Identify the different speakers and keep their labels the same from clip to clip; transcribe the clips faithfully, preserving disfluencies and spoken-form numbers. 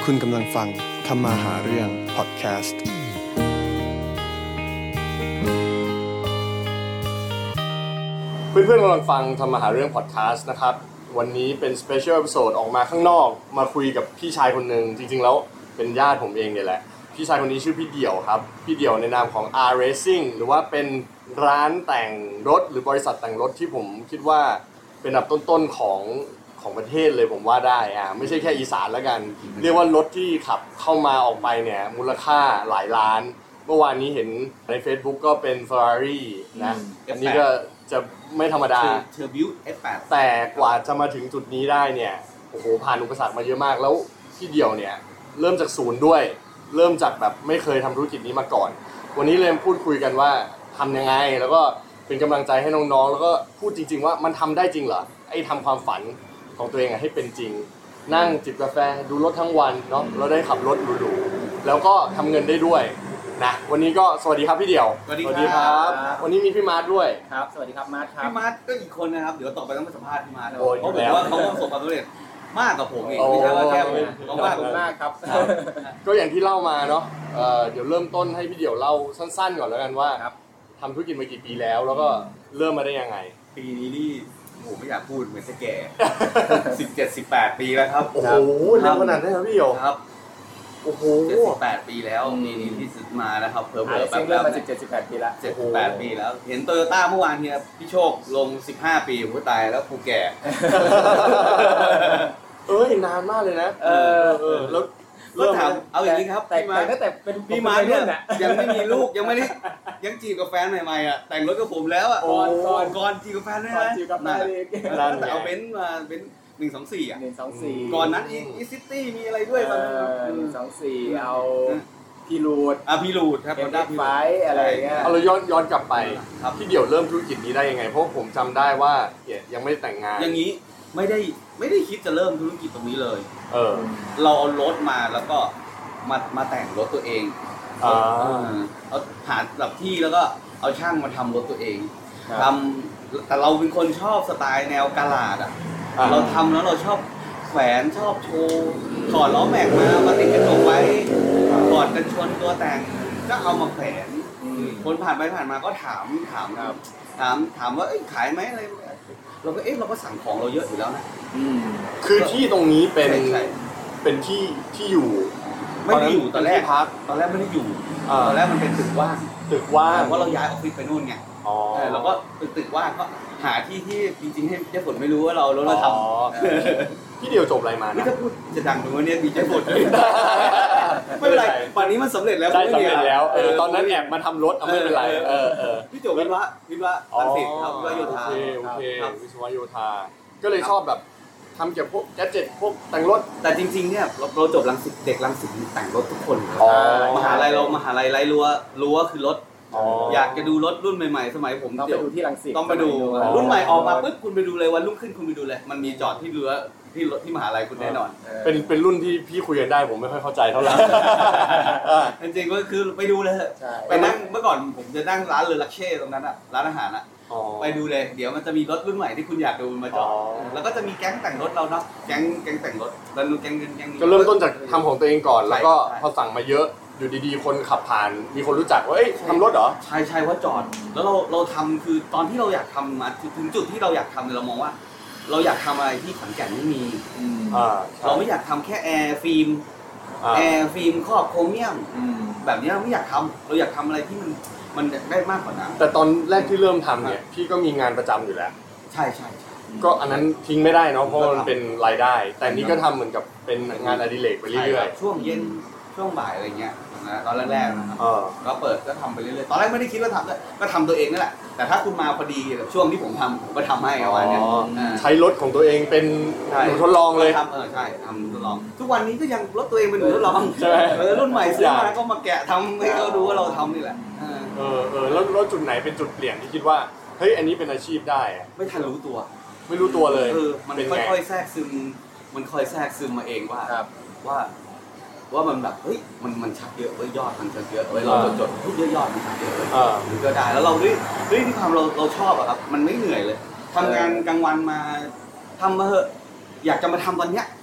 Speaker 1: คุณกำลังฟังทำมาหาเรื่องพอดแคสต์เพื่อนๆกำลังฟังทำมาหาเรื่องพอดแคสต์นะครับวันนี้เป็นสเปเชียลเอพิโซดออกมาข้างนอกมาคุยกับพี่ชายคนหนึ่งจริงๆแล้วเป็นญาติผมเองเนี่ยแหละพี่ชายคนนี้ชื่อพี่เดี่ยวครับพี่เดี่ยวในนามของ R Racing หรือว่าเป็นร้านแต่งรถหรือบริษัทแต่งรถที่ผมคิดว่าเป็นอันดับต้นๆของของประเทศเลยผมว่าได้อ่ะไม่ใช่แค่อีสานแล้วกันเรียกว่ารถที่ขับเข้ามาออกไปเนี่ยมูลค่าหลายล้านเมื่อวานนี้เห็นใน Facebook ก็เป็น Ferrari นะอันนี้ก็จะไม่ธรรมดา
Speaker 2: Turbo เอฟ แปด
Speaker 1: แต่กว่าจะมาถึงจุดนี้ได้เนี่ยโอ้โหผ่านอุปสรรคมาเยอะมากแล้วพี่เดี่ยวเนี่ยเริ่มจากศูนย์ด้วยเริ่มจากแบบไม่เคยทำธุรกิจนี้มาก่อนวันนี้เลยพูดคุยกันว่าทำยังไงแล้วก็เป็นกำลังใจให้น้องๆแล้วก็พูดจริงๆว่ามันทำได้จริงเหรอไอ้ทำความฝันของตัวเองให้เป็นจริงนั่งจิบกาแฟดูรถทั้งวันเนาะเราได้ขับรถหรูๆแล้วก็ทำเงินได้ด้วยนะวันนี้ก็สวัสดีครับพี่เดี่ยว
Speaker 2: สวัสดีครับ
Speaker 1: วันนี้มีพี่มาร์ทด้วย
Speaker 3: ครับสวัสดีครับมาร์ทครับ
Speaker 2: พี่มาร์ทก็อีกคนนะครับเดี๋ยวต่อไปต้องไปสัมภาษณ์พี่มาร์ทเพราะผมว่าเขาประสบความสำเร็จมากกว่าผมอีกไม่ใช่ว่าแค่ผมมาก
Speaker 3: มากครับ
Speaker 1: ก็อย่างที่เล่ามาเนาะเดี๋ยวเริ่มต้นให้พี่เดี่ยวเล่าสั้นๆก่อนแล้วกันว่าทำธุรกิจมากี่ปีแล้วแล้วก็เริ่มมาได้ยังไง
Speaker 2: ปีนี้นี่ผมไม่อยากพูดเหมือนจะแก่สิบเจ็ด สิบแปดปีแล้วครับ
Speaker 1: โอ้โหเร็วขนาดนั้นครับพี่เดี่ยว
Speaker 2: ครับ
Speaker 1: โอ้โห
Speaker 2: เจ็ดสิบแปดปีแล้วปีนี้ที่สุดมานะครับเผลอๆแบบ
Speaker 3: เริ่มมาสิบเจ็ด สิบแปดปีแล้ว
Speaker 2: เจ็ดสิบแปดปีแล้วเห็น Toyota เมื่อวานเนี่ยพี่โชคลงสิบห้าปีผมก็ตายแล้วกูแก่
Speaker 1: เอ้ยนานมากเลยนะเออเออแล้ว
Speaker 2: ก็ถามเอาอย่างนี้ครับ
Speaker 3: แต่งตั้งแต่เป็น
Speaker 2: พี่มาเนี่ยยังไม่มีลูกยังไม่ได้ยังจีบกับแฟนใหม่ๆอ่ะแต่งรถกับผมแล้วอ่ะก่อนก่อนก่อนจีบกับแฟนได้ไหม
Speaker 3: จีบกับแฟน
Speaker 2: แต่เอาเบนซ์มาเบนซ์หนึ่งสองสี่อ่ะ
Speaker 3: หนึ่งสองสี่
Speaker 2: ก่อนนั้นอีอีซิตี้มีอะไรด้วยตอนนั้น
Speaker 3: หนึ่งสองสี่เอาพี่รูด
Speaker 2: อ่ะพี่รูดครับ
Speaker 3: เอ็มดับไฟอะไรเงี้ย
Speaker 1: เอาเราย้อนย้อนกลับไปที่เดี่ยวเริ่มธุรกิจนี้ได้ยังไงเพราะผมจำได้ว่ายังไม่ได้แต่งงาน
Speaker 2: อย่างนี้ไม่ได้ไม่ได้คิดจะเริ่มธุรกิจตรงนี้เลย
Speaker 1: เออ
Speaker 2: เราเอารถมาแล้วก็มามาแต่งรถตัวเอง
Speaker 1: อ่า
Speaker 2: เอาหาแบบที่แล้วก็เอาช่างมาทำรถตัวเองทำแต่เราเป็นคนชอบสไตล์แนวกาลาดอ่ะเราทำแล้วเราชอบแขวนชอบโชว์ถอดล้อแม็กมามาติดกระจกไว้ถอดกันชนตัวแต่งก็เอามาแขวนคนผ่านไปผ่านมาก็ถามถามถามถามว่าเอ้ยขายไหมอะไรเราก็เอ๊ะเราก็สั่งของเราเยอะอยู่แล้วนะ
Speaker 1: คือที่ตรงนี้เป็นเป็นที่ที่อยู่
Speaker 2: ไม่ได้อยู่ตอนแรกพักตอนแรกไม่ได้อยู่ตอนแรกมันเป็นตึกว่าง
Speaker 1: ตึกว่าง
Speaker 2: เพราะเราย้ายออฟฟิศไปนู่นไงเราก็เป็นตึกว่างก็หาที่ที่จริงๆให้เจ๊ฝนไม่รู้ว่าเราเราท
Speaker 1: ำพี่เดียวจบอะไรมา
Speaker 2: นะถ้าพูดจะดังดูว่าเนี่ยมีเจ๊ฝนไม่เป็นไรป่านนี้มันสำเร็จแล้ว
Speaker 1: ได้สำเร็จแล้วเออตอนนั้นแอบมาททำรถเอาไม่เป็นไรเออเออ
Speaker 2: พี่จบวิศวะวิศวะรังสิตครับวิศวะโยธา
Speaker 1: โอเคโอเควิศวะโยธาก็เลยชอบแบบทำเกี่ยวกับพวกแกดเจ็ตพวกแต่งรถ
Speaker 2: แต่จริงๆเนี่ยเราเราจบรังสิตเด็กรังสิตแต่งรถทุกคนมหาลัยเรามหาลัยไร้รั้วรั้วคือรถอยากจะดูรถรุ่นใหม่ๆสมัยผม
Speaker 3: ต้องไปดูที่รังสิต
Speaker 2: ต้องไปดูรุ่นใหม่ออกมาปุ๊บคุณไปดูเลยวันรุ่งขึ้นคุณไปดูเลยมันมีจอดที่เรือที่รถที่มหาลัยคุณแน่นอน
Speaker 1: เป็นเป็นรุ่นที่พี่คุยกันได้ผมไม่ค่อยเข้าใจเท่าไหร่
Speaker 2: จริงๆก็คือไปดูเลยไปนั่งเมื่อก่อนผมจะนั่งร้านเลอลักเช่ตรงนั้นอะร้านอาหารอะไปดูเลยเดี๋ยวมันจะมีรถรุ่นใหม่ที่คุณอยากดูมาจอดแล้วก็จะมีแก๊งแต่งรถเราเนาะแก๊งแก๊งแต่งรถแล้วแก๊งแก๊ง
Speaker 1: ก็เริ่มต้นจากทำของตัวเองก่อนแล้วก็พอสั่งมาเยอะอยู่ดีๆคนขับผ่านมีคนรู้จักว่าเอ้ยทำรถเหรอ
Speaker 2: ใช่ใช่ว่าจอดแล้วเราเราทำคือตอนที่เราอยากทำมาถึงจุดที่เราอยากทำเนี่ยเรามองว่าเราอยากทำอะไรที่ขอนแก่นไม่มีเราไม่อยากทำแค่แอร์ฟิล์มแอร์ฟิล์มครอบโครเมียมแบบนี้เราไม่อยากทำเราอยากทำอะไรที่มันมันได้มากกว่านั้น
Speaker 1: แต่ตอนแรกที่เริ่มทำเนี่ยพี่ก็มีงานประจำอยู่แล้ว
Speaker 2: ใช่ใช่
Speaker 1: ก็อันนั้นทิ้งไม่ได้เนาะเพราะมันเป็นรายได้แต่นี้ก็ทำเหมือนกับเป็นงานอดิเรกไปเรื่อย
Speaker 2: ๆช่วงเย็นช่วงบ่ายอะไรเงี้ยนะตอนแรกๆนะครับก็เปิดก็ทำไปเรื่อยๆตอนแรกไม่ได้คิดว่าทำก็ทำตัวเองนั่นแหละแต่ถ้าคุณมาพอดีแบบช่วงที่ผมทำผมก็ทำให้เอาไว้เนี่ย
Speaker 1: ใช้รถของตัวเองเป็นหนูทดลองเลย
Speaker 2: ทำเออใช่ทำทดลองทุกวันนี้ก็ยังรถตัวเองเป็นหนูทดลองใช่ไหมรุ่นใหม่ซื้อมาก็มาแกะทำให้เขาดูว่าเราทำนี่แหละ
Speaker 1: เออเออแล้วแล้วจุดไหนเป็นจุดเปลี่ยนที่คิดว่าเฮ้ยอันนี้เป็นอาชีพได้
Speaker 2: ไม่ทันรู้ตัว
Speaker 1: ไม่รู้ตัวเลย
Speaker 2: เออมันค่อยๆแทรกซึมมันค่อยแทรกซึมมาเองว่าว่าว่ามันแบบเฮ้ยมันมันชักเยอะเว้ยยอดมันชักเยอะเว้ยเราจดจดทุกเยอะยอดมันชักเยอะเลยมันก็ได้แล้วเราด้วยด้วยที่ความเราเราชอบอะครับมันไม่เหนื่อยเลยทำงานกลางวันมาทำมาเหอะอยากจะมาทำตอนเนี้ย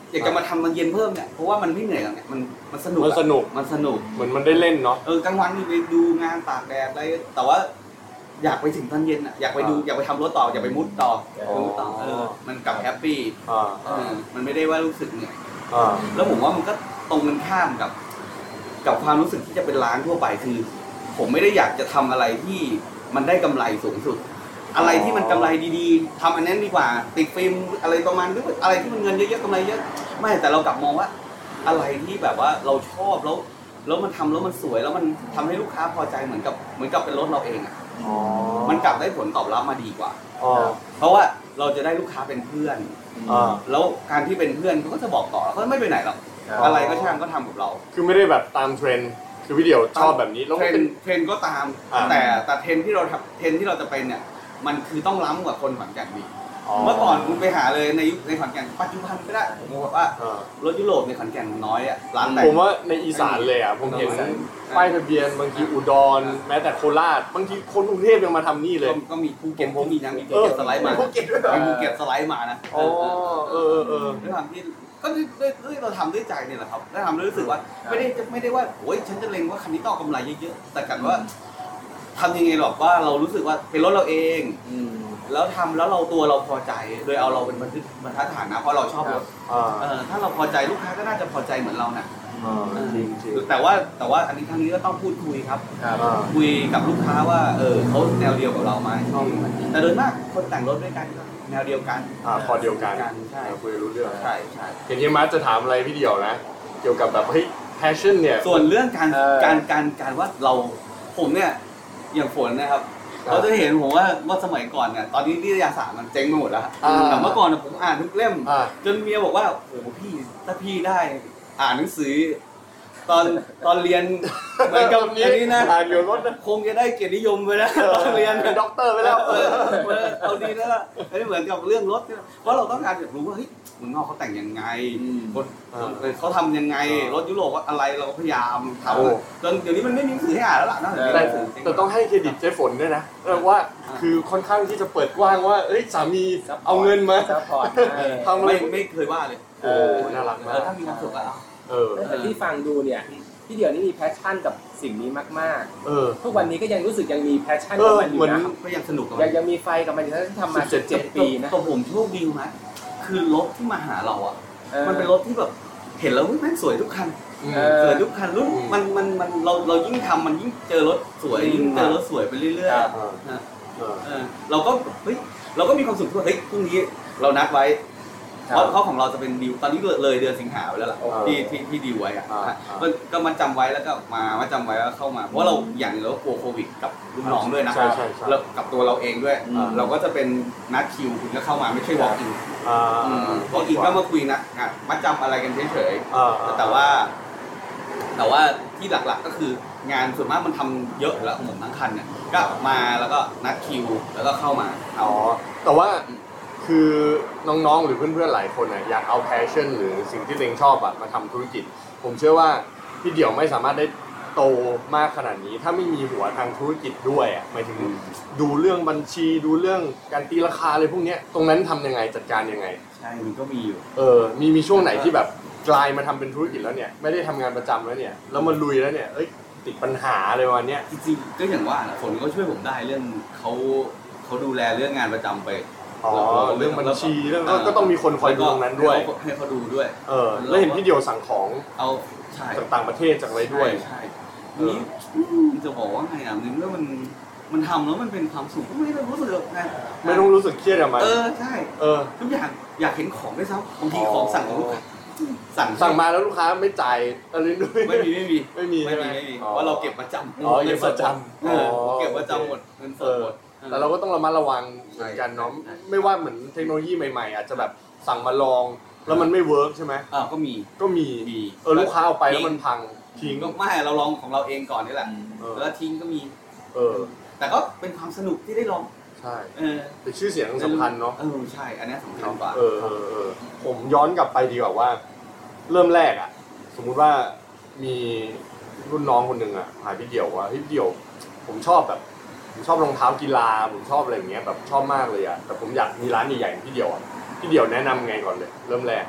Speaker 2: อยากจะมาทำตอนเย็นเพิ่มเนี่ยเพราะว่ามันไม่เหนื่อยหรอกเนี่ยมันมันสนุก
Speaker 1: มันสนุก
Speaker 2: มันสนุก
Speaker 1: เหมือนมันได้เล่นเนาะ
Speaker 2: เออกลางวันนี่ไปดูงานตากแดดอะไรแต่ว่าอยากไปถึงตอนเย็นอ่ะอยากไปดูอยากไปทำรถต่ออยากไปมุดต่อไปมุดต่อเออมันกลับแฮปปี้
Speaker 1: อ่า
Speaker 2: เออมันไม่ได้ว่ารู้สึกเหนื่อย
Speaker 1: อ่า
Speaker 2: แล้วผมว่ามันก็ตรงกันข้ามกับ กับความรู้สึกที่จะเป็นร้านทั่วไปคือ ผมไม่ได้อยากจะทำอะไรที่มันได้กำไรสูงสุด อะไรที่มันกำไรดีๆทำอันนั้นดีกว่าติดฟิล์มอะไรประมาณนี้อะไรที่มันเงินเยอะๆกำไรเยอะไม่แต่เรากลับมองว่า อะไรที่แบบว่าเราชอบแล้วแล้วมันทำแล้วมันสวยแล้วมันทำให้ลูกค้าพอใจเหมือนกับเหมือนกับเป็นรถเราเองอ่ะ
Speaker 1: อ๋อ
Speaker 2: มันกลับได้ผลตอบรับมาดีกว่า
Speaker 1: อ๋อ
Speaker 2: เพราะว่าเราจะได้ลูกค้าเป็นเพื่อน
Speaker 1: อ่า
Speaker 2: แล้วการที่เป็นเพื่อนเขาก็จะบอกต่อแล้วเขาไม่ไปไหนหรอก
Speaker 3: อ๋ออ
Speaker 2: อะไรก็ช่างก็ทำกับเรา
Speaker 1: คือไม่ได้แบบตามเทรนด์คือพี่เดี่ยวชอบแบบนี้แล้ว
Speaker 2: เทร
Speaker 1: ก็
Speaker 2: น
Speaker 1: เป็น
Speaker 2: ด์เทรนด์ก็ตาม
Speaker 1: อ่า
Speaker 2: แต่แต่เทรนด์ที่เราทำเทรนด์ที่เราจะเป็นเนี่ยมันคือต้องล้ำกว่าคนขอนแก่นดี
Speaker 1: อ๋อ
Speaker 2: เมื่อก่อนคุณไปหาเลยในยุคในขอนแก่นปัจจุบันก็ได้ผมบอกว่า
Speaker 1: อ่าร
Speaker 2: ถยุโรปในขอนแก่นน้อยอ่ะร้านแต่ง
Speaker 1: ผมว่าในอีสานเลยอ่ะผมเห็น
Speaker 2: อีสาน
Speaker 1: ป้ายทะเบียนบางทีอุดรแม้แต่โคราชบางทีคนกรุงเทพยังมาทำนี่เลย
Speaker 2: ก็ก็มีภูเก็ต
Speaker 1: ผม
Speaker 2: ที่มีนะมีภู
Speaker 1: เออ
Speaker 2: เก็ตสไลด์มา
Speaker 1: ภูเก็ตด้วยเหรอ
Speaker 2: มีภูเก็ตสไลด์มานะ
Speaker 1: อ๋อเออเออเออ
Speaker 2: ด้วยความที่ก็ด้วยด้วยด้วยเราทำด้วยใจเนี่ยแหละครับได้ทำด้วยรู้สึกว่าไม่ได้จะไม่ได้ว่าโอ้ยฉันจะเล็งว่าคันนี้ต้องเอากำไรเยอะๆแต่กันว่าทำยังไงหรอกว่าเรารู้สึกว่าเป็นรถเราเอง
Speaker 3: อืม
Speaker 2: แล้วทำแล้วเราตัวเราพอใจโดยเอาเราเป็นบรรทัดบรรทัดฐานนะเพราะเราชอบรถ
Speaker 1: อ่า
Speaker 2: เออถ้าเราพอใจลูกค้าก็น่าจะพอใจเหมือนเรานะ
Speaker 1: อ่าจริงจริง
Speaker 2: แต่ว่าแต่ว่าอันนี้ทั้งนี้ก็ต้องพูดคุยครับ
Speaker 3: ครับ
Speaker 1: อ่า
Speaker 2: คุยกับลูกค้าว่าเออเขาแนวเดียวกับเราไหมชอบไหมแต่โดยมากคนแต่งรถด้วยกันก็แนวเดียวกัน
Speaker 1: อ่าพอเดียวกัน
Speaker 2: ใช่
Speaker 1: คุยรู้เรื่อง
Speaker 2: ใช่ใช่
Speaker 1: เห็นยี่มาร์จะถามอะไรพี่เดี่ยวนะ เกี่ยวกับแบบเฮ้ย passion เนี่ย
Speaker 2: ส่วนเรื่องการ
Speaker 3: เออ
Speaker 2: การการการว่าเราผมเนี่ยอย่างฝนนะครับ
Speaker 1: ครับ
Speaker 2: เขาจะเห็นผมว่าว่าสมัยก่อนเนี่ยตอนนี้นิตยสารมันเจ๊งไปหมดแล้ว
Speaker 1: อ่า
Speaker 2: แต่เมื่อก่อนน่ะผมอ่านทุกเล่ม
Speaker 1: อ่า
Speaker 2: จนเมียบอกว่าโอ้โหพี่ถ้าพี่ได้อ่านหนังสือ ตอนตอนเรียนเหมือนกับอันนี้นะ
Speaker 1: อ่านอยู่รถนะ
Speaker 2: คงจะได้เกียรตินิยมไปแล้วตอนเรียน
Speaker 1: เป็นด็อกเตอร์ไปแล้ว
Speaker 2: เออเออเอาดีแล้วล่ะอันนี้เหมือนกับเรื่องรถเนี่ยเพราะเราต้องการอยากรู้ว่าเฮ้ยเมืองนอกเขาแต่งยังไง
Speaker 3: อืม
Speaker 2: คน
Speaker 1: อ่า
Speaker 2: เขาทำยังไง
Speaker 1: อ่าร
Speaker 2: ถยุโรปว่าอะไรเราก็พยายามท
Speaker 1: โอ้
Speaker 2: ำจนเดี๋ยวนี้มันไม่มีหนังสือให้อ่านแล้วล่ะนอกจากมีห
Speaker 1: แต่
Speaker 2: นังสือ
Speaker 1: แต่ต้องให้เครดิตเจ๊ฝนด้วยนะเออว่าคือค่อนข้างที่จะเปิดกว้างว่าเอ้ยสามีเอาเงินมา
Speaker 3: ซัพพอร์ตให้
Speaker 1: ทำอะไร
Speaker 2: ไม่ไม่เคยว่าเลย
Speaker 1: โอ้น่ารัก
Speaker 2: เอ
Speaker 1: มา
Speaker 2: อก ถ้ามีความสุขอะเอา
Speaker 1: เออ
Speaker 3: แต่ที่ฟังดูเนี่ยพี่เดี่ยวนี่มีแพชชั่นกับสิ่งนี้มาก
Speaker 1: เออ
Speaker 3: ๆ ทุกวันนี้ก็ยังรู้สึกยังมีแพชชั่น
Speaker 1: เอ
Speaker 3: กับ
Speaker 1: อ
Speaker 3: มันอยู่
Speaker 1: เหมือน
Speaker 3: นะ
Speaker 2: ก็ยังสนุกกับ
Speaker 3: ยั
Speaker 2: มั
Speaker 3: ง
Speaker 2: น
Speaker 3: ยังมีไฟกับมันอยู่ทั้งที่ทำมา
Speaker 1: สิบเจ็
Speaker 3: เจ็
Speaker 1: ด
Speaker 3: ดปีนะ
Speaker 2: แต่ผมโชคดีนะคือรถที่มาหาเราอ่ะ
Speaker 3: ออ
Speaker 2: มันเป็นรถที่แบบเห็นแล้วแม่งสวยทุกคัน
Speaker 3: เออ
Speaker 2: สวยทุกคันรุ่น
Speaker 1: อืม
Speaker 2: มันมันมันเราเรายิ่งทำมันยิ่งเจอรถสวย
Speaker 3: อืม
Speaker 2: ยิ่งเจอรถสวยไปเรื่อย
Speaker 3: ครับ
Speaker 2: ๆนะ
Speaker 1: เออ
Speaker 2: เออเราก็เฮ้ยเราก็มีความสุขที่ว่าเฮ้ยพรุ่งนี้เรานัดไว้เพราะเพราะของเราจะเป็นดีลตอนนี้เลยเดือนสิงหาไปแล้วล่ะ
Speaker 1: อ่า
Speaker 2: ที่ที่ที่ดีลไว้อะ
Speaker 1: อ่าอ่า
Speaker 2: ก็ก็มาจำไว้แล้วก็มามาจำไว้แล้วเข้ามาเพราะว่าเราอย่างหนึงเราก็กลัวโควิดกับลูกน้องด้วยนะ
Speaker 1: ใช่ใช่ใช่
Speaker 2: แล้วกับตัวเราเองด้วย
Speaker 1: อ่า
Speaker 2: เราก็จะเป็นนัดคิวคุณก็เข้ามาไม่ใช่ walk in
Speaker 1: อ่า
Speaker 2: walk in ก็มาคุยนะอ่ะมาจำอะไรกันเฉย
Speaker 1: อ่า
Speaker 2: ๆแต่ว่า แต่ว่าที่หลักๆก็คืองานส่วนมากมันทำเยอะอยู่แล้วของผมทั้งคันเนี่ยก็มาแล้วก็นัดคิวแล้วก็เข้ามา
Speaker 1: อ๋อแต่ว่าคือน้องๆหรือเพื่อนๆหลายคนน่ะอยากเอา passion หรือสิ่งที่ตัวเองชอบอะมาทำธุรกิจ ผมเชื่อว่าพี่เดี่ยวไม่สามารถได้โตมากขนาดนี้ ถ้าไม่มีหัวทางธุรกิจด้วยอะหมายถึงดูเรื่องบัญชีดูเรื่องการตีราคาอะไรพวกเนี้ยตรงนั้นทำยังไงจัดการยังไง
Speaker 2: ใช่มันก็มีอยู่
Speaker 1: เออมีมีช่วงไหนที่แบบกลายมาทำเป็นธุรกิจแล้วเนี่ยไม่ได้ทำงานประจำแล้วเนี่ยแล้วมาลุยแล้วเนี่ยเอ้ยติดปัญหาอะไรประมาณเนี้ย
Speaker 2: จริงๆก็อย่างว่าแหละฝนก็ช่วยผมได้เรื่องเขาเขาดูแลเรื่องงานประจำไป
Speaker 1: อ๋อเรื่องบัญชีเรื่องก็ก็ต้องมีคนคอยดูตรงนั้นด้วย
Speaker 2: ให้เขาดูด้วย
Speaker 1: เออแล้วเห็นพี่เดี่ยวสั่งของ
Speaker 2: เอาใช่
Speaker 1: จากต่างประเทศจากอะไรด้วย
Speaker 2: ใช่นี้จะบอกว่าไงอ่ะในเมื่อมันมันทำแล้วมันเป็นความสุขก็ไม่ได้รู้สึกไง
Speaker 1: ไม่ต้องรู้สึกเครียดกับมัน
Speaker 2: เออใช่
Speaker 1: เออ
Speaker 2: ทุกอย่างอยากเห็นของด้วยซ้ำบางที
Speaker 1: อ๋อ
Speaker 2: ของสั่งของลูกค้าสั่ง
Speaker 1: สั่งมาแล้วลูกค้าไม่จ่ายอะไรด้วย
Speaker 2: ไม่มีไม่มี
Speaker 1: ไม่มี
Speaker 2: ไม่
Speaker 1: ใช่ไหม
Speaker 2: มีไม่มี
Speaker 1: อ๋อ
Speaker 2: ว่าเราเก็บประจำ
Speaker 1: อ๋อเก็บประจำ
Speaker 2: เออ
Speaker 1: อ๋อ
Speaker 2: เก็บประจำหมดเงินส
Speaker 1: เอ
Speaker 2: ด
Speaker 1: อ
Speaker 2: หมด
Speaker 1: แต่เราก็ต้องระมัดระวังเหมือนกันเนาะ
Speaker 2: ใช่
Speaker 1: ไม่ว่าเหมือนเทคโนโลยีใหม่ๆอาจจะแบบสั่งมาลองแล้วมันไม่เวิร์กใช่ไหม
Speaker 2: อ่าก็มี
Speaker 1: ก็มี
Speaker 2: มี
Speaker 1: เออลูกค้าเอาไปแล้วมันพังทิ้ง
Speaker 2: ก็ไม่เราลองของเราเองก่อนนี่แหละ
Speaker 1: เออ
Speaker 2: แล้วทิ้งก็มี
Speaker 1: เออ
Speaker 2: แต่ก็เป็นความสนุกที่ได้ลอง
Speaker 1: ใช่
Speaker 2: เออ
Speaker 1: แต่ชื่อเสียงสำคัญเนาะ
Speaker 2: เออใช่ อันนี้สำคัญกว่า
Speaker 1: เออเออเออผมย้อนกลับไปดีกว่าว่า เริ่มแรกอะสมมุติว่ามีรุ่นน้องคนหนึ่งอะหาพี่เดี่ยวว่าพี่เดี่ยว ผมชอบแบบผมชอบรองเท้ากีฬาผมชอบอะไรอย่างเงี้ยแบบชอบมากเลยอะแต่ผมอยากมีร้านใหญ่ๆพี่เดี่ยวอะพี่เดี่ยวแนะนำไงก่อนเลย เริ่มแรก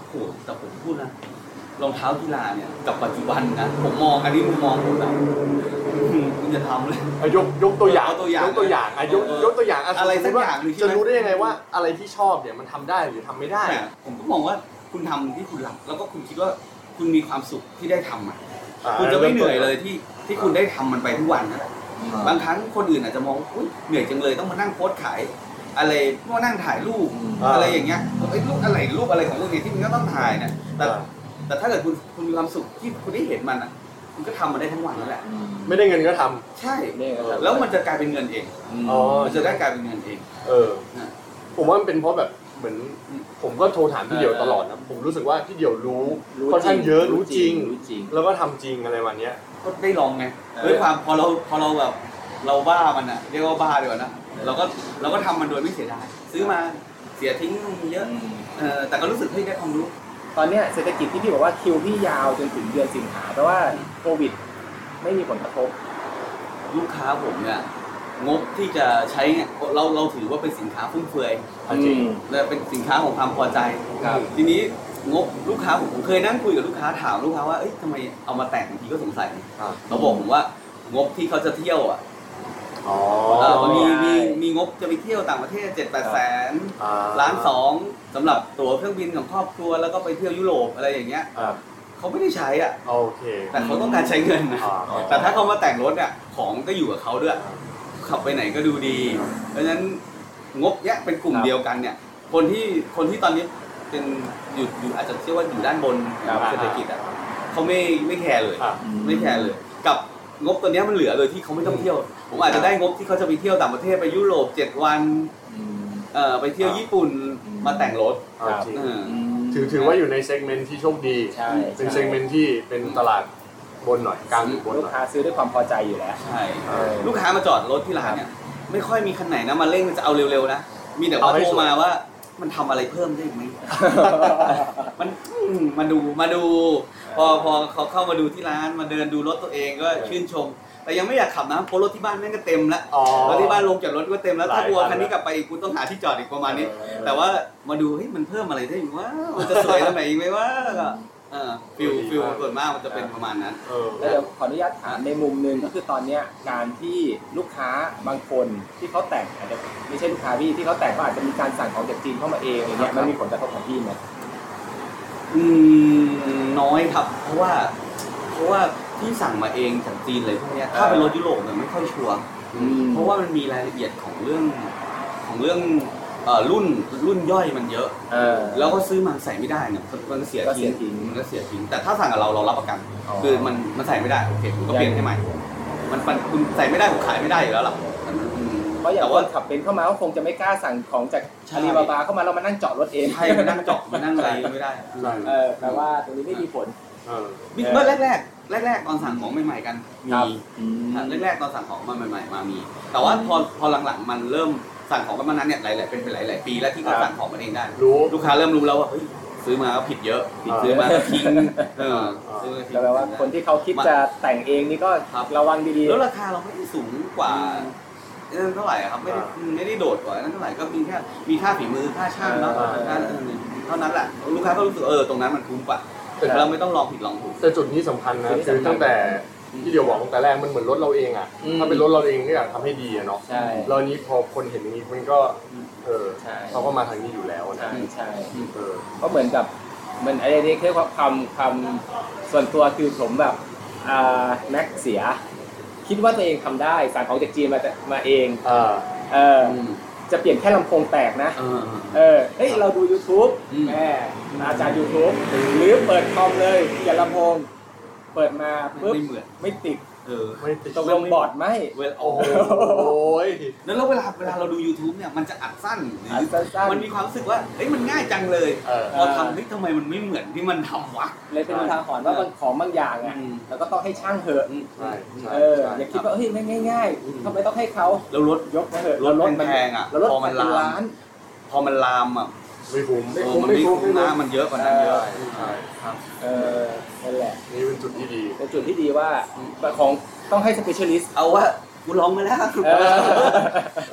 Speaker 2: โหแต่ผมพูดนะรองเท้ากีฬาเนี่ยกับปัจจุบันนะผมมองอันนี้มุมมองผมนะคุณจะทำเลย
Speaker 1: ยกยกตัวอย่าง
Speaker 2: เอาตัวอย่าง
Speaker 1: ยกตัวอย่างอ่ะยกยกตัวอย่าง
Speaker 2: อะไรสักอย่างหนึ่ง
Speaker 1: จะรู้ได้ยังไงว่าอะไรที่ชอบเนี่ยมันทำได้หรือทำไม่ได้
Speaker 2: ผมก็มองว่าคุณทำที่คุณรักแล้วก็คุณคิดว่าคุณมีความสุขที่ได้ทำอ่ะ
Speaker 1: อ่า
Speaker 2: คุณจะไม่เหนื่อยเลยที่ที่คุณได้ทำมันไปทุกวันนั่นแหละบางครั้งคนอื่นอาจจะมองอุ๊ยเหนื่อยจังเลยต้องมานั่งโพสต์ขายอะไรมานั่งถ่ายรูปอะไรอย่างเงี้ยไอ้รูปอะไรรูปอะไรของเรื่องนี้ที่มันก็ต้องถ่ายเนี่ยแต่แต่ถ้าเกิดคุณคุณมีความสุขที่คุณได้เห็นมันอ่ะคุณก็ทำมันได้ทั้งวันนั่นแหละ
Speaker 1: ไม่ได้เงินก็ทำ
Speaker 2: ใช่แล้วมันจะกลายเป็นเงินเอง
Speaker 1: อ๋อ
Speaker 2: มันจะได้กลายเป็นเงินเอง
Speaker 1: เออผมว่ามันเป็นเพราะแบบเหมือนผมก็โทรถามพี่เดี่ยวตลอดนะผมรู้สึกว่าพี่เดี่ยวรู้ค่อนข้างเยอะรู้จริงแล้วก็ทำจริงอะไรวันนี้
Speaker 2: ก็ได้ลองไงด้วยความพอเราพอเราแบบเราบ้ามันอะเรียกว่าบ้าดีกว่านะเราก็เราก็ทำมันโดยไม่เสียดายซื้อมาเสียทิ้งเยอะเออแต่ก็รู้สึกให้ได้ความรู้
Speaker 3: ตอนเนี้ยเศรษฐกิจที่พี่บอกว่าคิวพี่ยาวจนถึงเดือนสิงหาเพราะว่าโควิดไม่มีผลกระทบ
Speaker 2: ลูกค้าผมเนี่ยงบที่จะใช้เนี่ยเราเราถือว่าเป็นสินค้าฟุ่มเฟือยจริงและเป็นสินค้าของความพอใจทีนี้งบลูกค้าผมผมเคยนั่งคุยกับลูกค้าถามลูกค้าว่าเอ้ยทำไมเอามาแต่งบางทีก็สงสัยเขาบอกผมว่างบที่เขาจะเที่ยวอ่ะมีมีมีงบจะไปเที่ยวต่างประเทศเจ็ดแปดแสนล้านสองสำหรับตั๋วเครื่องบินของครอบครัวแล้วก็ไปเที่ยวยุโรปอะไรอย่างเงี้ยเขาไม่ได้ใช้อ่ะ
Speaker 1: โอเค
Speaker 2: แต่เขาต้องการใช้เงินนะแต่ถ้าเขามาแต่งรถเนี่ยของก็อยู่กับเขาด้วยขับไปไหนก็ดูดีเพราะฉะนั้นงบเนี้ยเป็นกลุ่มเดียวกันเนี่ยคนที่คนที่ตอนนี้เป็นอยู่อยู่อาจจะเรียกว่าอยู่ด้านบนเศรษฐกิจอ่ะเขาไม่ไม่แคร์เลยไม่แคร์เลยกับงบตัวนี้มันเหลือโดยที่เขาไม่ต้องเที่ยวผมอาจจะได้งบที่เขาจะไปเที่ยวต่างประเทศไปยุโรปเจ็ดวันเอ่อไปเที่ยวญี่ปุ่นมาแต่งรถ
Speaker 1: ถือถือว่าอยู่ในเซกเมนต์ที่โชคดีเป็นเซกเมนต์ที่เป็นตลาดบนหน่อยกลางบน
Speaker 3: ลูกค้าซื้อด้วยความพอใจอยู่แล้ว
Speaker 2: ใช่ลูกค้ามาจอดรถที่ร้านเนี่ยไม่ค่อยมีคันไหนนะมาเร่งจะเอาเร็วๆนะมีแต่ว่าโทรมาว่ามันทำอะไรเพิ่มได้ไหมมันมาดูมาดูพอพอเขาเข้ามาดูที่ร้านมาเดินดูรถตัวเองก็ชื่นชมแต่ยังไม่อยากขับนะเพราะรถที่บ้านแม่งก็เต็มแล้วรถที่บ้านลงจากรถก็เต็มแล้วถ้ากลัวคันนี้กลับไปอีกคุณต้องหาที่จอดอีกประมาณนี้แต่ว่ามาดูเฮ้ยมันเพิ่มอะไรได้อยู่ว่ามันจะสวยตรงไหนอีกไหมว่าฟิลฟิลส่วนมากมันจะเป็นประมาณนั้น
Speaker 3: แล้วเดี๋ยวขออนุญาตถามในมุมนึงก็คือตอนนี้การที่ลูกค้าบางคนที่เขาแต่งอาจจะไม่ใช่ลูกค้าพี่ที่เขาแต่งก็อาจจะมีการสั่งของจากจีนเข้ามาเองอะไรเงี้ยมันมีผลกระทบกับพี่ไหม
Speaker 2: อืมน้อยครับเพราะว่าเพราะว่าที่สั่งมาเองจากจีนเลยพวกนี้ถ้าเป็นรถยุโรปเนี่ยไม่ค่อยชัวร์เพราะว่ามันมีรายละเอียดของเรื่องของเรื่องรุ่นรุ่นย่อยมันเยอะแล้วก็ซื้อมาใส่ไม่ได้เนี่ยมันเสียทิ้งมันก็เสียทิ้งแต่ถ้าสั่งกับเราเรารับประกันคือมันมันใส่ไม่ได้โอเคผมก็เปลี่ยนให้ใหม่มันมันคุณใส่ไม่ได้ผมขายไม่ได้อยู่แล้วล่ะ
Speaker 3: เพราะอย่างว่าขับเป็นเข้ามาก็คงจะไม่กล้าสั่งของจากอาลีบาบาเข้ามาเรามานั่งเจาะรถเอง
Speaker 2: ใช่มานั่งเจาะมานั่งอะไรไม่ได้
Speaker 3: เออแปลว่าตรงนี้ไม่มีผล
Speaker 2: เมื่อแรกแรกแรกแรกตอนสั่งของใหม่ๆกันมีแรกแรกตอนสั่งของมาใหม่ๆมามีแต่ว่าพอพอหลังๆมันเริ่มสั่งของกันมานานเนี่ยหลายๆเป็นเป็นหลายๆปีแล้วที่เขาสั่งของมันเองได้ลูกค้าเริ่มรู้แล้วว่าเฮ้ยซื้อมาก็ผิดเยอะผิดซื้อมาก็ทิ้งเออ
Speaker 3: แปลว่าคนที่เขาคิดจะแต่งเองนี่ก็ระวังดีๆ
Speaker 2: แล้วราคาเราไม่ได้สูงกว่านั่นเท่าไหร่ครับไม่ได้ไม่ได้โดดกว่านั่นเท่าไหร่ก็มีแค่มีค่าฝีมือค่าช่างเนาะเท่านั้นแหละลูกค้าก็รู้สึกเออตรงนั้นมันคุ้มกว่าเราไม่ต้องลองผิดลองถูก
Speaker 1: แต่จุดนี้สำคัญนะคือตั้งแต่ที่เดียวบอกตั้งแต่แรกมันเหมือนรถเราเองอ่ะถ้าเป็นรถเราเองก็อยากทำให้ดีอะเนาะแล้วนี้พอคนเห็นอย่างนี้มันก็เออเขาก็มาทางนี้อยู่แล้วนะ
Speaker 3: ใช่เพราะเหมือนกับมันไอ้นี่คือความความส่วนตัวคือผมแบบอ่าแม็กเสียคิดว่าตัวเองทำได้สั่งของจากจีนมามาเองเออจะเปลี่ยนแค่ลำโพงแตกนะเออเฮ้ยเราดู YouTube แม่อาจารย์ YouTube หรือเปิดคอมเลยเปลี่ยนลำโพงเปิดมาปุ๊บไม่ติดเออไม่ติดตรงลงบอร์ดไหม
Speaker 2: โอ้ยแล้วเวลาเวลาเราดู YouTube เนี่ยมันจะอัดสั้นมันมีความรู้สึกว่าเฮ้ยมันง่ายจังเลยพอทำเฮ้ยทำไมมันไม่เหมือนที่มันทำวะ
Speaker 3: เลยเป็นทางหอนว่าบางของบางอย่างอ่ะแล้วก็ต้องให้ช่างเถอะเอออย่าคิดว่าเฮ้ยง่ายๆทำไมต้องให้เขา
Speaker 2: แล้วรถ
Speaker 3: ยกมาเถอะ
Speaker 2: รถแพงอ่ะพอมันลามพอมันลามอ่ะ
Speaker 1: ไม่คุ้ม
Speaker 2: ไม่คุ้มไม่คุ้มน้ำมันเยอะกว่านั้นเยอะ
Speaker 1: ใช่ครับ
Speaker 3: เออนั่นแหละ
Speaker 1: นี่เป็นจุดที่ดี
Speaker 3: เป็นจุดที่ดีว่าของต้องให้ specialist
Speaker 2: เอาว่ากูลองมาแล้ว
Speaker 1: เอ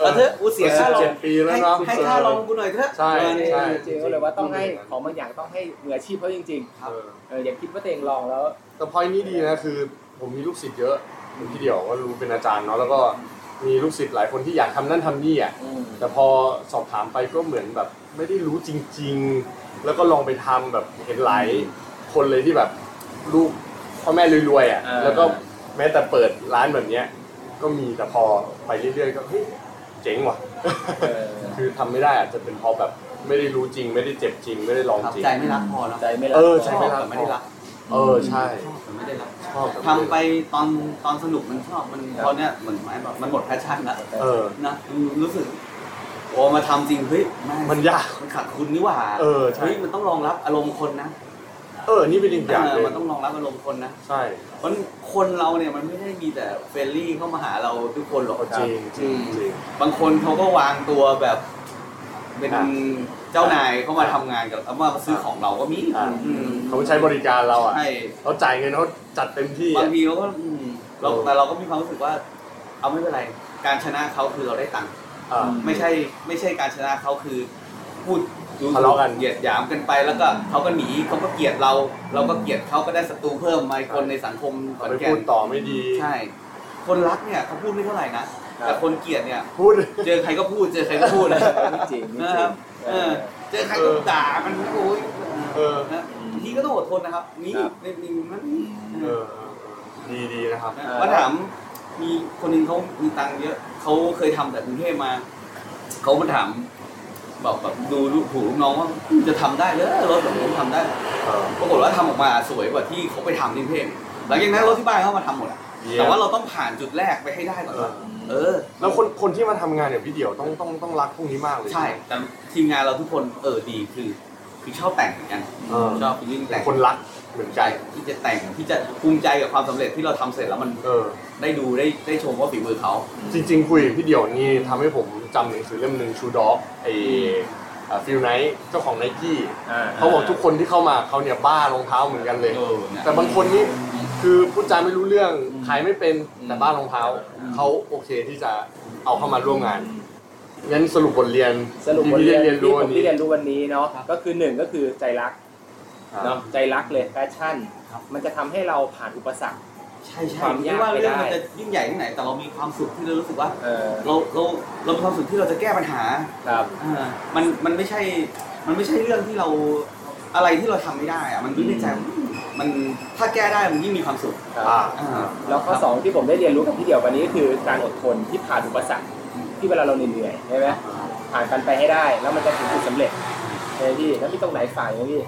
Speaker 2: เอาเถอะกูเสียค่าลอง
Speaker 1: เจ็ดปีแล้วเนาะ
Speaker 2: ให้ค่าลองกูหน่อยเถอะ
Speaker 1: ใช่ใช่
Speaker 3: จริงๆก็เลยว่าต้องให้ของบางอย่างต้องให้มืออาชีพเขาจริงๆ
Speaker 1: เออ
Speaker 3: เอออย่าคิดว่าตัวเองลองแล้ว
Speaker 1: แต่พอยนี้ดีนะคือผมมีลูกศิษย์เยอะพี่เดี่ยวก็รู้เป็นอาจารย์เนาะแล้วก็มีลูกศิษย์หลายคนที่อยากทำนั่นทำนี่อ่ะแต่พอสอบถามไปก็เหมือนแบบไม่ได้รู้จริงๆแล้วก็ลองไปทำแบบเห็นหลายคนเลยที่แบบลูกพ่อแม่รวยๆอ่ะแล้วก็แม้แต่เปิดร้านแบบเนี้ยก็มีแต่พอไปเรื่อยๆก็เฮ้ยเจ๋งว่ะคือทำไม่ได้อาจจะเป็นเพราะแบบไม่ได้รู้จริงไม่ได้เจ็บจริงไม่ได้ลองจริง
Speaker 2: ใจไม่รักพอแล้ว
Speaker 3: ใจไม่รัก
Speaker 1: เออ
Speaker 2: ช
Speaker 1: ใจ
Speaker 2: อบ
Speaker 1: ไม่รัก
Speaker 2: แต่ไม่ได้รัก
Speaker 1: เออใช่
Speaker 2: ชอบแต่ไม่ได้รัก
Speaker 1: ชอบ
Speaker 2: ทำไปตอนตอนสนุกมันชอบมันตอนเนี้ยเหมือนแบบมันหมดแพชชั่นละ
Speaker 1: เออ
Speaker 2: นะรู้สึกโอ้มาทำจริงเฮ้ยแม่
Speaker 1: มันยาก
Speaker 2: มันขาดคุณนี่หว่า
Speaker 1: เออใช่
Speaker 2: เฮ้ยมันต้องรองรับอารมณ์คนนะ
Speaker 1: เออนี่เป็นอีกอย่าง
Speaker 2: เอ
Speaker 1: เล
Speaker 2: อย มันต้องรองรับอารมณ์คนนะ
Speaker 1: ใช่
Speaker 2: เพราะคนเราเนี่ยมันไม่ได้มีแต่เฟรนลี่เข้ามาหาเราทุกคนหรอก
Speaker 1: จริงจริงจริง
Speaker 2: บางคนเขาก็วางตัวแบบเป็น
Speaker 1: อ่ะ
Speaker 2: เจ้านายเข้ามาทำงานกับเอามาซื้อของเราก็มี
Speaker 1: อ่ะ
Speaker 2: อืม
Speaker 1: เขาใช้บริการเราอ่ะ
Speaker 2: ใช่
Speaker 1: เขาจ่ายเงินเขาจัดเต็มที่
Speaker 2: บาง
Speaker 1: อ่ะ
Speaker 2: ทีเขาก็อืมเราแต่เราก็มีความรู้สึกว่า เอาไม่เป็นไรการชนะเขาคือเราได้ตังค์
Speaker 1: อ่า
Speaker 2: ไม่ใช่ไม่ใช่การชนะเขาคือพูดดู
Speaker 1: ทะเลาะกัน
Speaker 2: เหยียดหยามกันไปแล้วก็เขาก็หนีเขาก็เกลียดเรา เราก็เกลียดเขาก็ได้ศัตรูเพิ่มมาอีกคนในสังคมขอน
Speaker 1: ไป
Speaker 2: แก่
Speaker 1: พู
Speaker 2: น
Speaker 1: ดต่อไม่ดี
Speaker 2: ใช่ คนรักเนี่ยเขาพูดไม่เท่าไหร่นะแต่คนเกลียดเนี่ย
Speaker 1: พูด
Speaker 2: เจอใครก็พูดเจอใครก็พูดนะ
Speaker 3: ไม่จริงไม่
Speaker 2: นะ
Speaker 3: จ
Speaker 2: ค
Speaker 3: ริ
Speaker 2: รั
Speaker 3: ง
Speaker 2: บเออเจอใครก็ด่ามันโอ้ย
Speaker 1: เออ
Speaker 2: นะบางทีก็ต้องอดทนนะครับนี่
Speaker 3: ครับ
Speaker 2: ในมีมัน
Speaker 1: เออเออดีดีนะครับ
Speaker 2: มาถามมีคนหนึงเขามีตังค์เยอะเขาเคยทำแต่กรุงเทพมาเขามาถามบอกแบบดูลูกถูกลูกน้องว่าจะทำได้เหรอรถแบบนี้ทำได้เหรอ
Speaker 1: เออ
Speaker 2: ปรากฏว่าทำออกมาสวยกว่าที่เขาไปทำที่กรุงเทพหลังจากนั้นรถที่บ้านเขามาทำหมดอะ
Speaker 1: เยี่ยม
Speaker 2: แต่ว่าเราต้องผ่านจุดแรกไปให้ได้ก่อนว่าเออ
Speaker 1: แล้วคนคนที่มาทำงานเนี่ยพี่เดี่ยวต้องต้องต้องรักพวกนี้มากเลย
Speaker 2: ใช่ แต่ทีมงานเราทุกคนเออดีคือคือชอบแต่งเหมือนกัน
Speaker 1: เออ
Speaker 2: ชอบยิ่งแต่ง
Speaker 1: คนรักเหมือน
Speaker 2: ใจ
Speaker 1: กัน
Speaker 2: ที่จะแต่งที่จะภูมิใจกับความสำเร็จที่เราทำเสร็จแล้วมัน
Speaker 1: เออ
Speaker 2: ได้ดูได้ได้ชมว่าฝีมือเขา
Speaker 1: จริงๆคุยกับพี่เดี่ยวนี่ทำให้ผมจำหนังสือเล่มหนึ่งชูด็อกไอฟิลไนท์เจ้าของไนกี้
Speaker 3: อ่า
Speaker 1: เขาบอกทุกคนที่เข้ามาเขาเนี่ยบ้ารองเท้าเหมือนกันเลย
Speaker 2: เออเนี่ย
Speaker 1: แต่บางคนนี่คือพูดจาไม่รู้เรื่องขายไม่เป็นแต่บ้ารองเท้าเขาโอเคที่จะเอาเข้ามาร่วมงานงั้นสรุปบทเรียน
Speaker 3: สรุปบท
Speaker 1: ที่
Speaker 3: เรียน
Speaker 1: พี่ได้เรียน
Speaker 3: ที่
Speaker 1: รู้
Speaker 3: ผ
Speaker 1: วัน
Speaker 3: ม
Speaker 1: นี้
Speaker 3: ที่เรียนรู้วันนี้เนาะก็คือหนึ่งก็คือใจรักเนาะใจรักเลยแพชชั่น มันจะทำให้เราผ่านอุปสรรค
Speaker 2: ใช่ใช่
Speaker 3: ความ
Speaker 2: ไม่
Speaker 3: ยาก
Speaker 2: ว่าเรื่อง
Speaker 3: ไปได้
Speaker 2: มันจะยิ่งใหญ่ที่ไหนแต่เรามีความสุขที่เรารู้สึกว่า
Speaker 3: เออ
Speaker 2: เราเราเรามีความสุขที่เราจะแก้ปัญหา
Speaker 3: ครับ
Speaker 2: อ่ามันมันไม่ใช่มันไม่ใช่เรื่องที่เราอะไรที่เราทำไม่ได้อะมันรู้ในใจว่ามันถ้าแก้ได้มันยิ่งมีความสุข
Speaker 1: อ่า
Speaker 2: อ่า
Speaker 3: แล้วข้อสองที่ผมได้เรียนรู้กับพี่เดี่ยววันนี้ก็คือการอดทนที่ผ่านอุปสรรคที่เวลาเราเหนื่อยๆใช่ไหมผ่านกันไปให้ได้ แล้วมันจะถึงจุดสำเร็จใช่ไหมพี่แล้วพี่ตรงไหนฝ่ายไหมพี่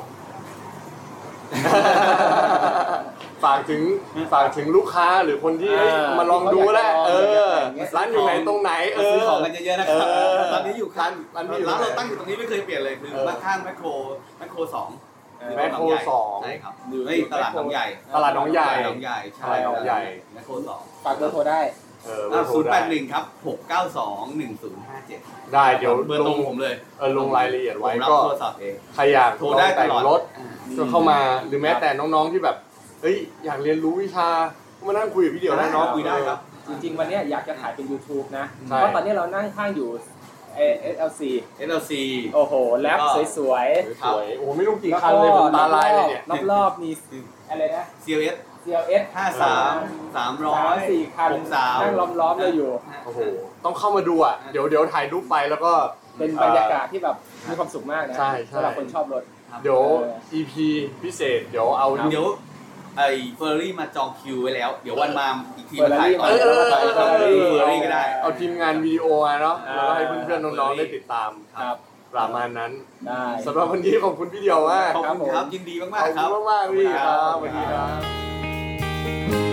Speaker 1: ฝากถึงฝากถึงลูกค้าหรือคนที่เอ้ยมาลองดูแหละเออร้านอยู่ไหนตรงไหนเอ
Speaker 2: มาซื้อ
Speaker 1: อ
Speaker 2: ของกันเยอะๆนะครับ
Speaker 1: เออ
Speaker 2: ตอนนี้อยู่คัน
Speaker 1: ร้านพี่อยู่
Speaker 2: ร้านเรา
Speaker 1: ไหน
Speaker 2: ตั้งอยู่ตรงนี้ไม่เคยเปลี่ยนเลยคือ
Speaker 1: เออ
Speaker 2: ข้างแมคโครแมคโครสอง
Speaker 1: แมคโครสอง
Speaker 2: ใช่ครับ
Speaker 3: อยู่
Speaker 2: เฮ้ยตลาดหนองใหญ่
Speaker 1: ตลาดหนองใหญ่
Speaker 2: ตลาดหนองใหญ่ใช่
Speaker 1: ตลาดหนองใหญ่
Speaker 2: แมคโครสอง
Speaker 3: ฝากเบอร์โทรได้
Speaker 1: เออเบอร์โทร
Speaker 2: ศูนย์แป
Speaker 1: ได้
Speaker 2: ดหนึ่งครับหกเก้าสองหนึ่งศูนย์ห้าเจ็ด
Speaker 1: ได้เดี๋ยว
Speaker 2: เบอร์
Speaker 1: ล
Speaker 2: ตรง งผมเลย
Speaker 1: เออลงรายละเอียด
Speaker 2: ผ
Speaker 1: ไว้
Speaker 2: มรับ
Speaker 1: ก็
Speaker 2: โทรศัพท์เอง
Speaker 1: ใครอยาก
Speaker 2: โทรได้ต
Speaker 1: แต่ง
Speaker 2: ลอด
Speaker 1: รถ
Speaker 2: อ่า
Speaker 1: ก็เข้ามาหรือแม้แต่น้องๆที่แบบเฮ้ยอยากเรียนรู้วิชาก็มานั่งคุยกับพี่เดี่ยวได้เนาะ
Speaker 2: คุยได้ครับ
Speaker 3: จริงๆวันนี้อยากจะถ่ายเป็น YouTube นะ
Speaker 1: ใช่
Speaker 3: เพราะตอนนี้เรานั่งข้างอยู่ เอ เอส แอล ซี
Speaker 2: เอส แอล ซี
Speaker 3: โอ้โหแรปสวย
Speaker 1: สวยๆโอ้โหไม่รู้
Speaker 3: ๆ
Speaker 1: กี่คันเลยผมตาลายเลยเนี่ย
Speaker 3: รอบๆมีอะไรนะ
Speaker 2: ซี เอล เอส
Speaker 3: ซี แอล เอส
Speaker 2: ห้าสามสามร้อย
Speaker 3: สี่คัน
Speaker 2: หกสาม
Speaker 3: นั่งล้อมๆเราอยู่
Speaker 1: โอ้โหต้องเข้ามาดูอ่ะเดี๋ยวเดี๋ยวถ่ายรูปไปแล้วก็
Speaker 3: เป็นบรรยากาศที่แบบมีความสุขมากนะ
Speaker 1: ใช่ใช่
Speaker 3: สำหรับคนชอบรถ
Speaker 1: เดี๋ยว อี พี พิเศษเดี๋ยวเอา
Speaker 2: เดี๋ยวไอ้เฟอร์รี่มาจองคิวไว้แล้ว เดี๋ยววันมาอีกทีมา
Speaker 3: Ferrari
Speaker 2: ถ่าย
Speaker 3: มา
Speaker 1: เออเออเออเออ
Speaker 2: เฟอร์รี่ก็ได้
Speaker 1: เอาทีมงานวิดีโอมาเนาะ
Speaker 3: อ่า
Speaker 1: แล้วก็ให้เพื่อนๆน้องๆได้ติดตาม
Speaker 3: ครับ
Speaker 1: ประมาณนั้น
Speaker 3: ได้
Speaker 1: สำหรับวันนี้ขอบคุณพี่เดียวมาก
Speaker 2: ขอบคุณครับยินดี
Speaker 1: ข
Speaker 2: มาก
Speaker 1: อบ
Speaker 2: ๆค
Speaker 1: คุ
Speaker 2: รับ
Speaker 1: ณมากๆพี่ครับสวัสดีครับ